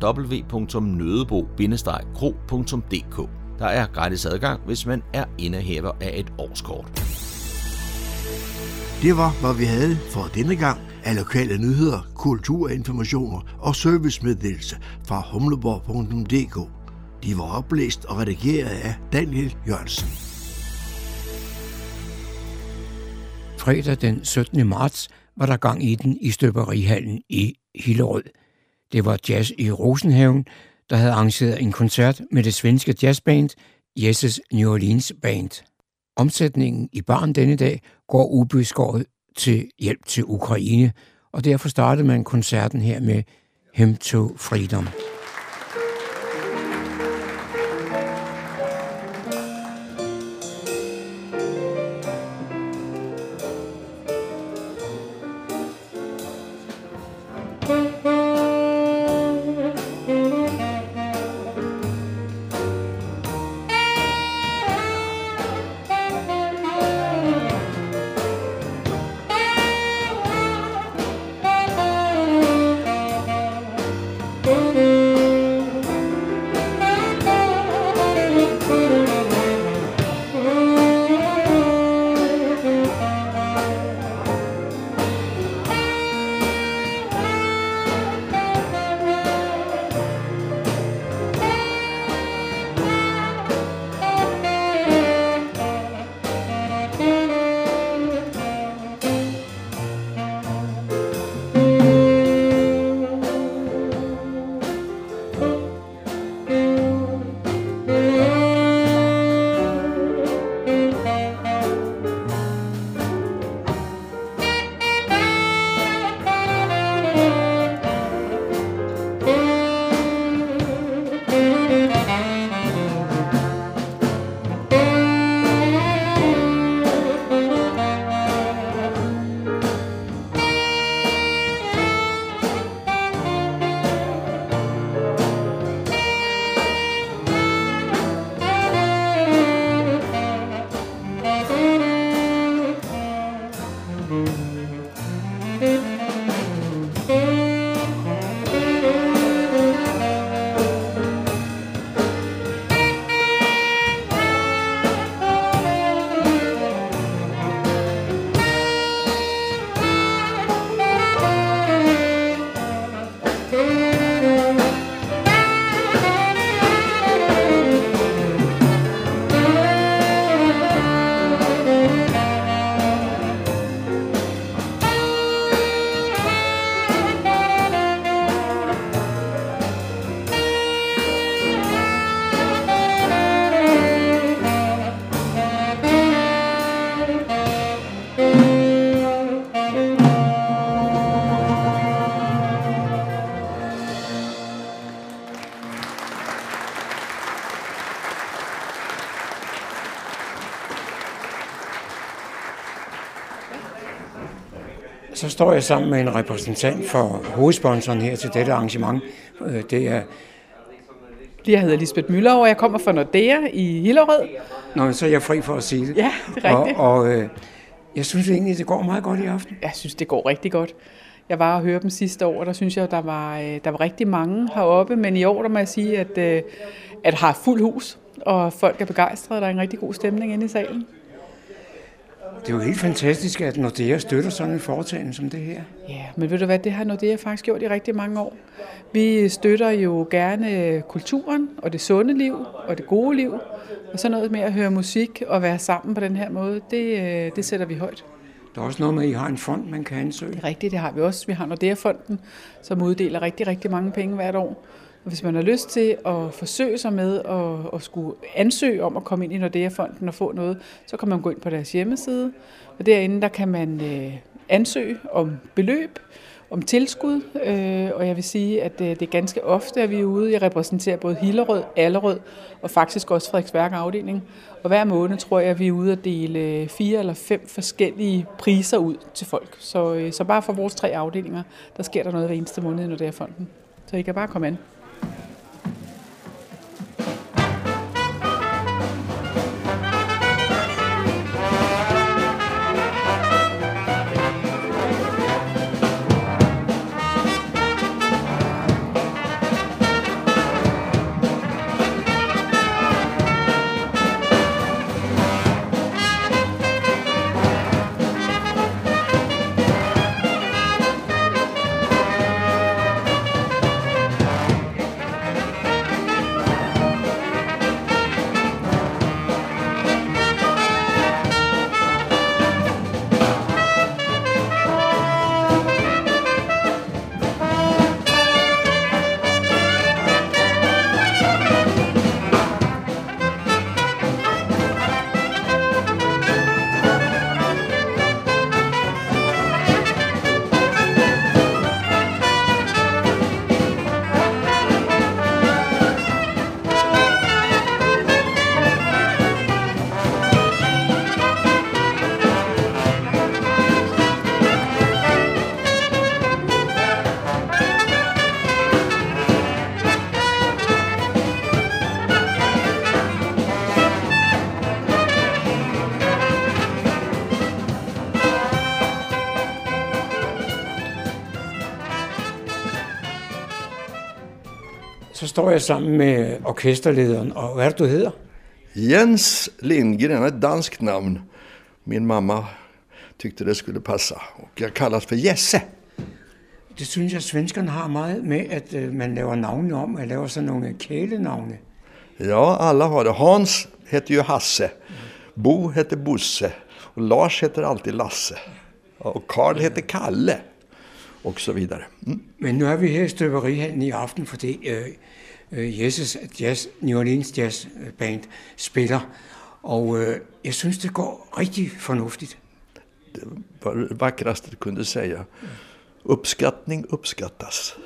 www.nødebo-kro.dk. Der er gratis adgang, hvis man er indehaver af et årskort. Det var, hvad vi havde for denne gang af lokale nyheder, kulturinformationer og servicemeddelelse fra humleborg.dk. De var oplæst og redigeret af Daniel Jørgensen. Fredag den 17. marts var der gang i den i Støberihallen i Hillerød. Det var Jazz i Rosenhaven, der havde arrangeret en koncert med det svenske jazzband Jesses New Orleans Band. Omsætningen i baren denne dag går ubeskåret til hjælp til Ukraine, og derfor startede man koncerten her med Hymn to Freedom. Thank you. Så står jeg sammen med en repræsentant for hovedsponsoren her til dette arrangement. Det er... Jeg hedder Lisbeth Müller, og jeg kommer fra Nordea i Hillerød. Nå, så er jeg fri for at sige det. Ja, det er rigtigt. Og jeg synes egentlig, det går meget godt i aften. Jeg synes, det går rigtig godt. Jeg var og høre dem sidste år, og der synes jeg, der var rigtig mange heroppe. Men i år, der må jeg sige, at har fuld hus, og folk er begejstrede. Der er en rigtig god stemning inde i salen. Det er jo helt fantastisk, at Nordea støtter sådan en foretagende som det her. Ja, men ved du hvad, det har Nordea faktisk gjort i rigtig mange år. Vi støtter jo gerne kulturen og det sunde liv og det gode liv. Og så noget med at høre musik og være sammen på den her måde, det sætter vi højt. Der er også noget med, at I har en fond, man kan ansøge. Det er rigtigt, det har vi også. Vi har Nordea-fonden, som uddeler rigtig, rigtig mange penge hvert år. Og hvis man har lyst til at forsøge sig med at skulle ansøge om at komme ind i Nordea-fonden og få noget, så kan man gå ind på deres hjemmeside. Og derinde der kan man ansøge om beløb, om tilskud. Og jeg vil sige, at det er ganske ofte, at vi er ude. Jeg repræsenterer både Hillerød, Allerød og faktisk også Frederiksværk afdeling. Og hver måned tror jeg, at vi er ude at dele 4 eller 5 forskellige priser ud til folk. Så bare for vores 3 afdelinger, der sker der noget hver eneste måned i Nordea-fonden. Så I kan bare komme an. Så står jeg sammen med orkesterlederen, og hvad er det, du hedder? Jens Lindgren er et dansk navn. Min mamma tyckte det skulle passa, og jeg kaldes for Jesse. Det synes jeg, svenskerne har meget med, at man laver navne om, og laver sådan nogle kælenavne. Ja, alla har det. Hans heter jo Hasse, Bo heter Bosse, og Lars heter alltid Lasse, og Karl heter Kalle, og så videre. Men nu er vi her i støberihallen i aften, fordi Jesses New Orleans Jazz Band spiller, og jeg synes, det går rigtig fornuftigt. Det var det vackraste du kunde säga. Uppskattning uppskattas.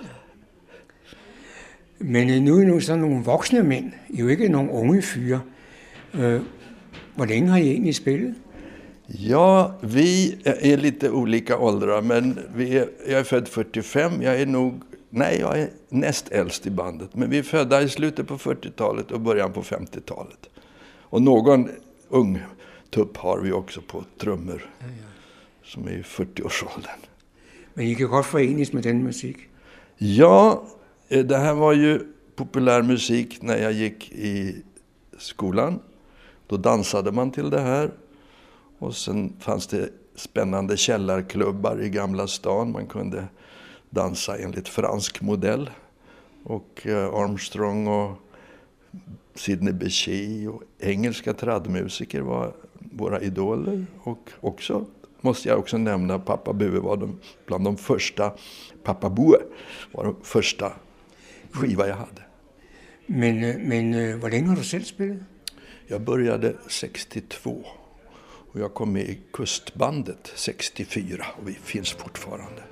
Men nu er nu sådan nogle voksne mænd, I er jo ikke nogle unge fyre. Hvor længe har I egentlig spillet? Ja, vi är lite olika åldrar, men jag är född 45, jag är näst äldst i bandet, men vi är födda i slutet på 40-talet och början på 50-talet. Och någon ung tupp har vi också på trummor, som är i 40-årsåldern. Men I kan godt forenes med den musik? Ja, det här var ju populär musik när jag gick i skolan. Då dansade man till det här. Och sen fanns det spännande källarklubbar i Gamla stan. Man kunde dansa enligt fransk modell. Och Armstrong och Sidney Bechet och engelska tradmusiker var våra idoler. Och också måste jag också nämna Pappa Bue var bland de första. Pappa Bue var den första skiva jag hade. Men hvor længe har du selv spillet? Jag började 62 och jag kom med i Kustbandet 64 och vi finns fortfarande.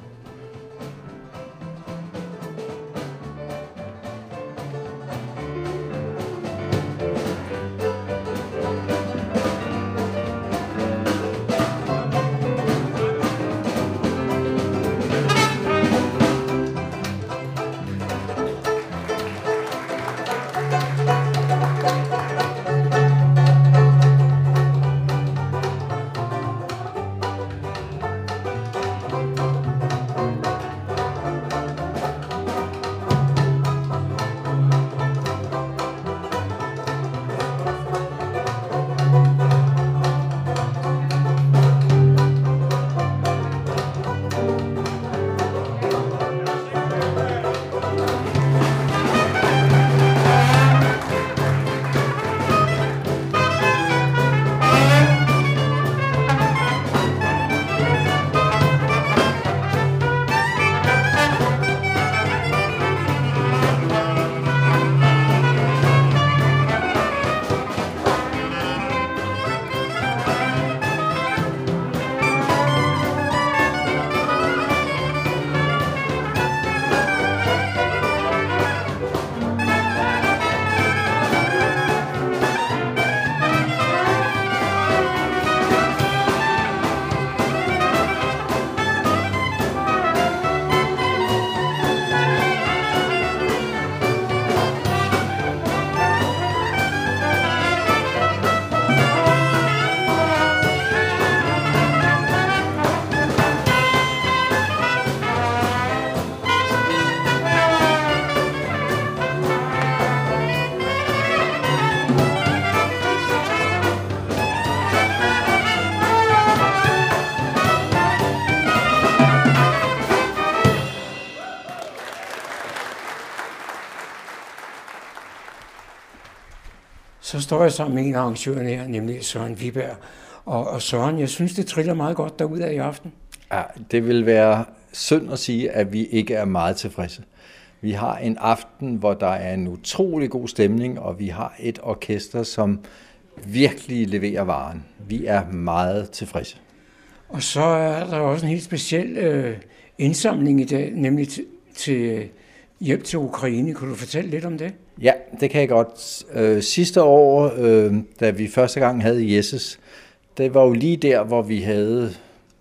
Så står jeg sammen med en af arrangørerne her, nemlig Søren Viberg. Og Søren, jeg synes, det triller meget godt derudad i aften. Ja, det vil være synd at sige, at vi ikke er meget tilfredse. Vi har en aften, hvor der er en utrolig god stemning, og vi har et orkester, som virkelig leverer varen. Vi er meget tilfredse. Og så er der også en helt speciel indsamling i dag, nemlig til hjælp til Ukraine. Kunne du fortælle lidt om det? Ja, det kan jeg godt. Sidste år, da vi første gang havde Jesus, det var jo lige der, hvor vi havde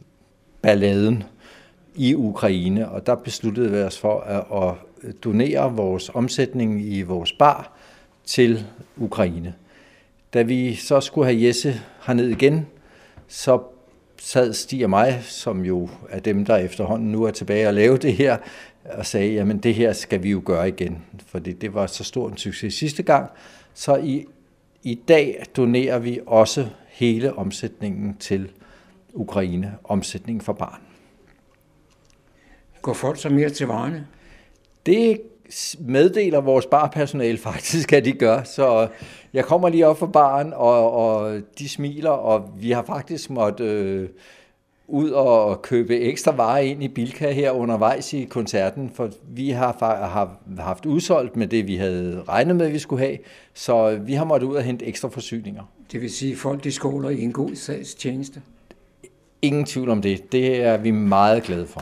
balladen i Ukraine, og der besluttede vi os for at donere vores omsætning i vores bar til Ukraine. Da vi så skulle have Jesse herned igen, så sad Stig og mig, som jo er dem, der efterhånden nu er tilbage og lave det her, og sagde, jamen det her skal vi jo gøre igen, fordi det var så stor en succes sidste gang. Så i dag donerer vi også hele omsætningen til Ukraine, omsætningen for barn. Går folk så mere til varerne? Det meddeler vores barpersonale faktisk, at de gør. Så jeg kommer lige op for baren, og de smiler, og vi har faktisk måttet ud og købe ekstra varer ind i Bilka her undervejs i koncerten, for vi har haft udsolgt med det, vi havde regnet med, vi skulle have, så vi har måttet ud og hente ekstra forsyninger. Det vil sige, at folk de skåler i en god sagstjeneste? Ingen tvivl om det. Det er vi meget glade for.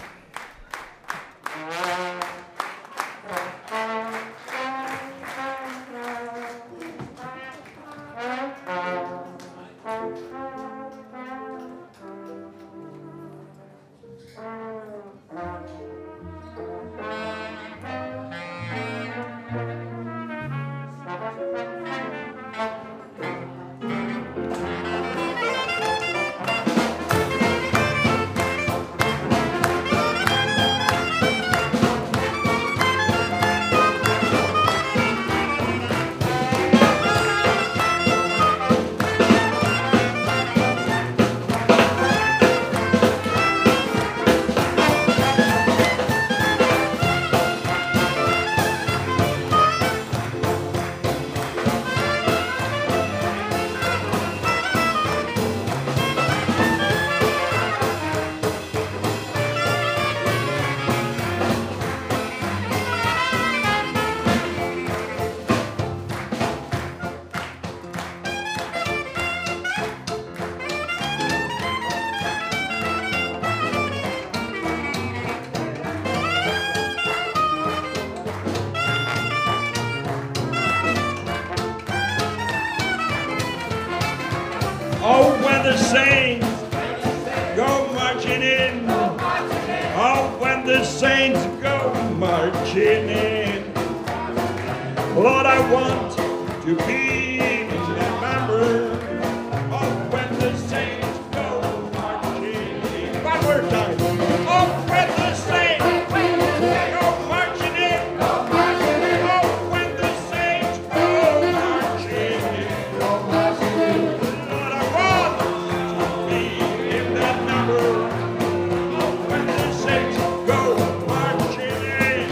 the saints go marching in. Oh, when the saints go marching in. Lord, I want to be a member of when the saints go marching in. One more time. Oh, when the saints go marching in. Oh, when the saints go marching in. Lord, I want to be in that number of when the saints go marching in.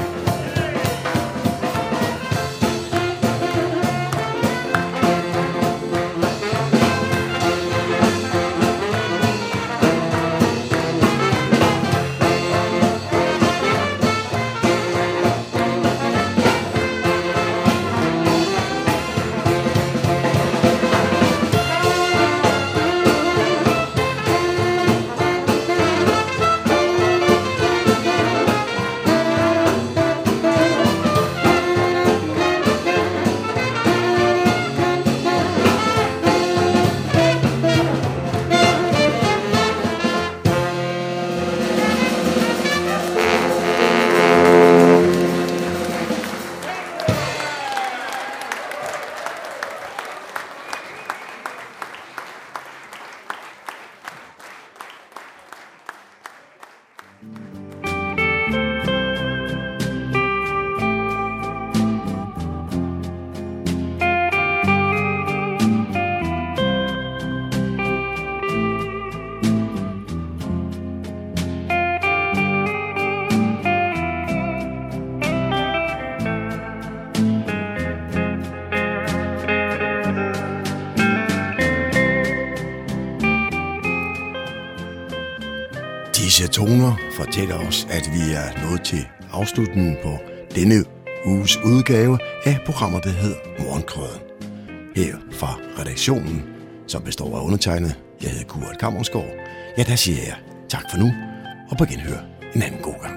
Disse toner fortæller os, at vi er nået til afslutningen på denne uges udgave af programmet, der hedder Morgenkrøden. Her fra redaktionen, som består af undertegnet, jeg hedder Kurt Kammersgaard. Ja, der siger jeg tak for nu, og på genhør en anden god gang.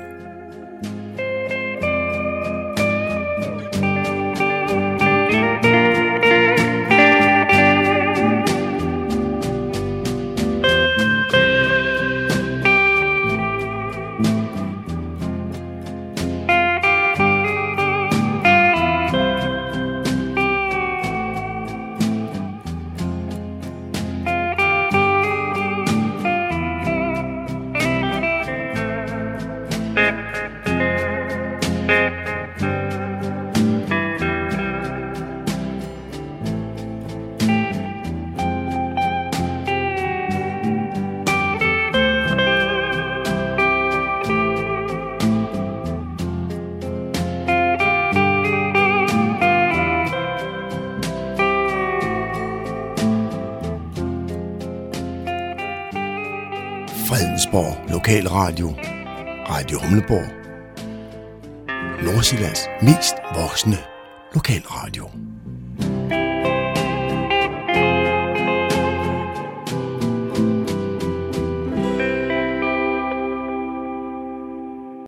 Fredensborg Lokalradio, Radio Humleborg, Nordsjællands mest voksne lokalradio.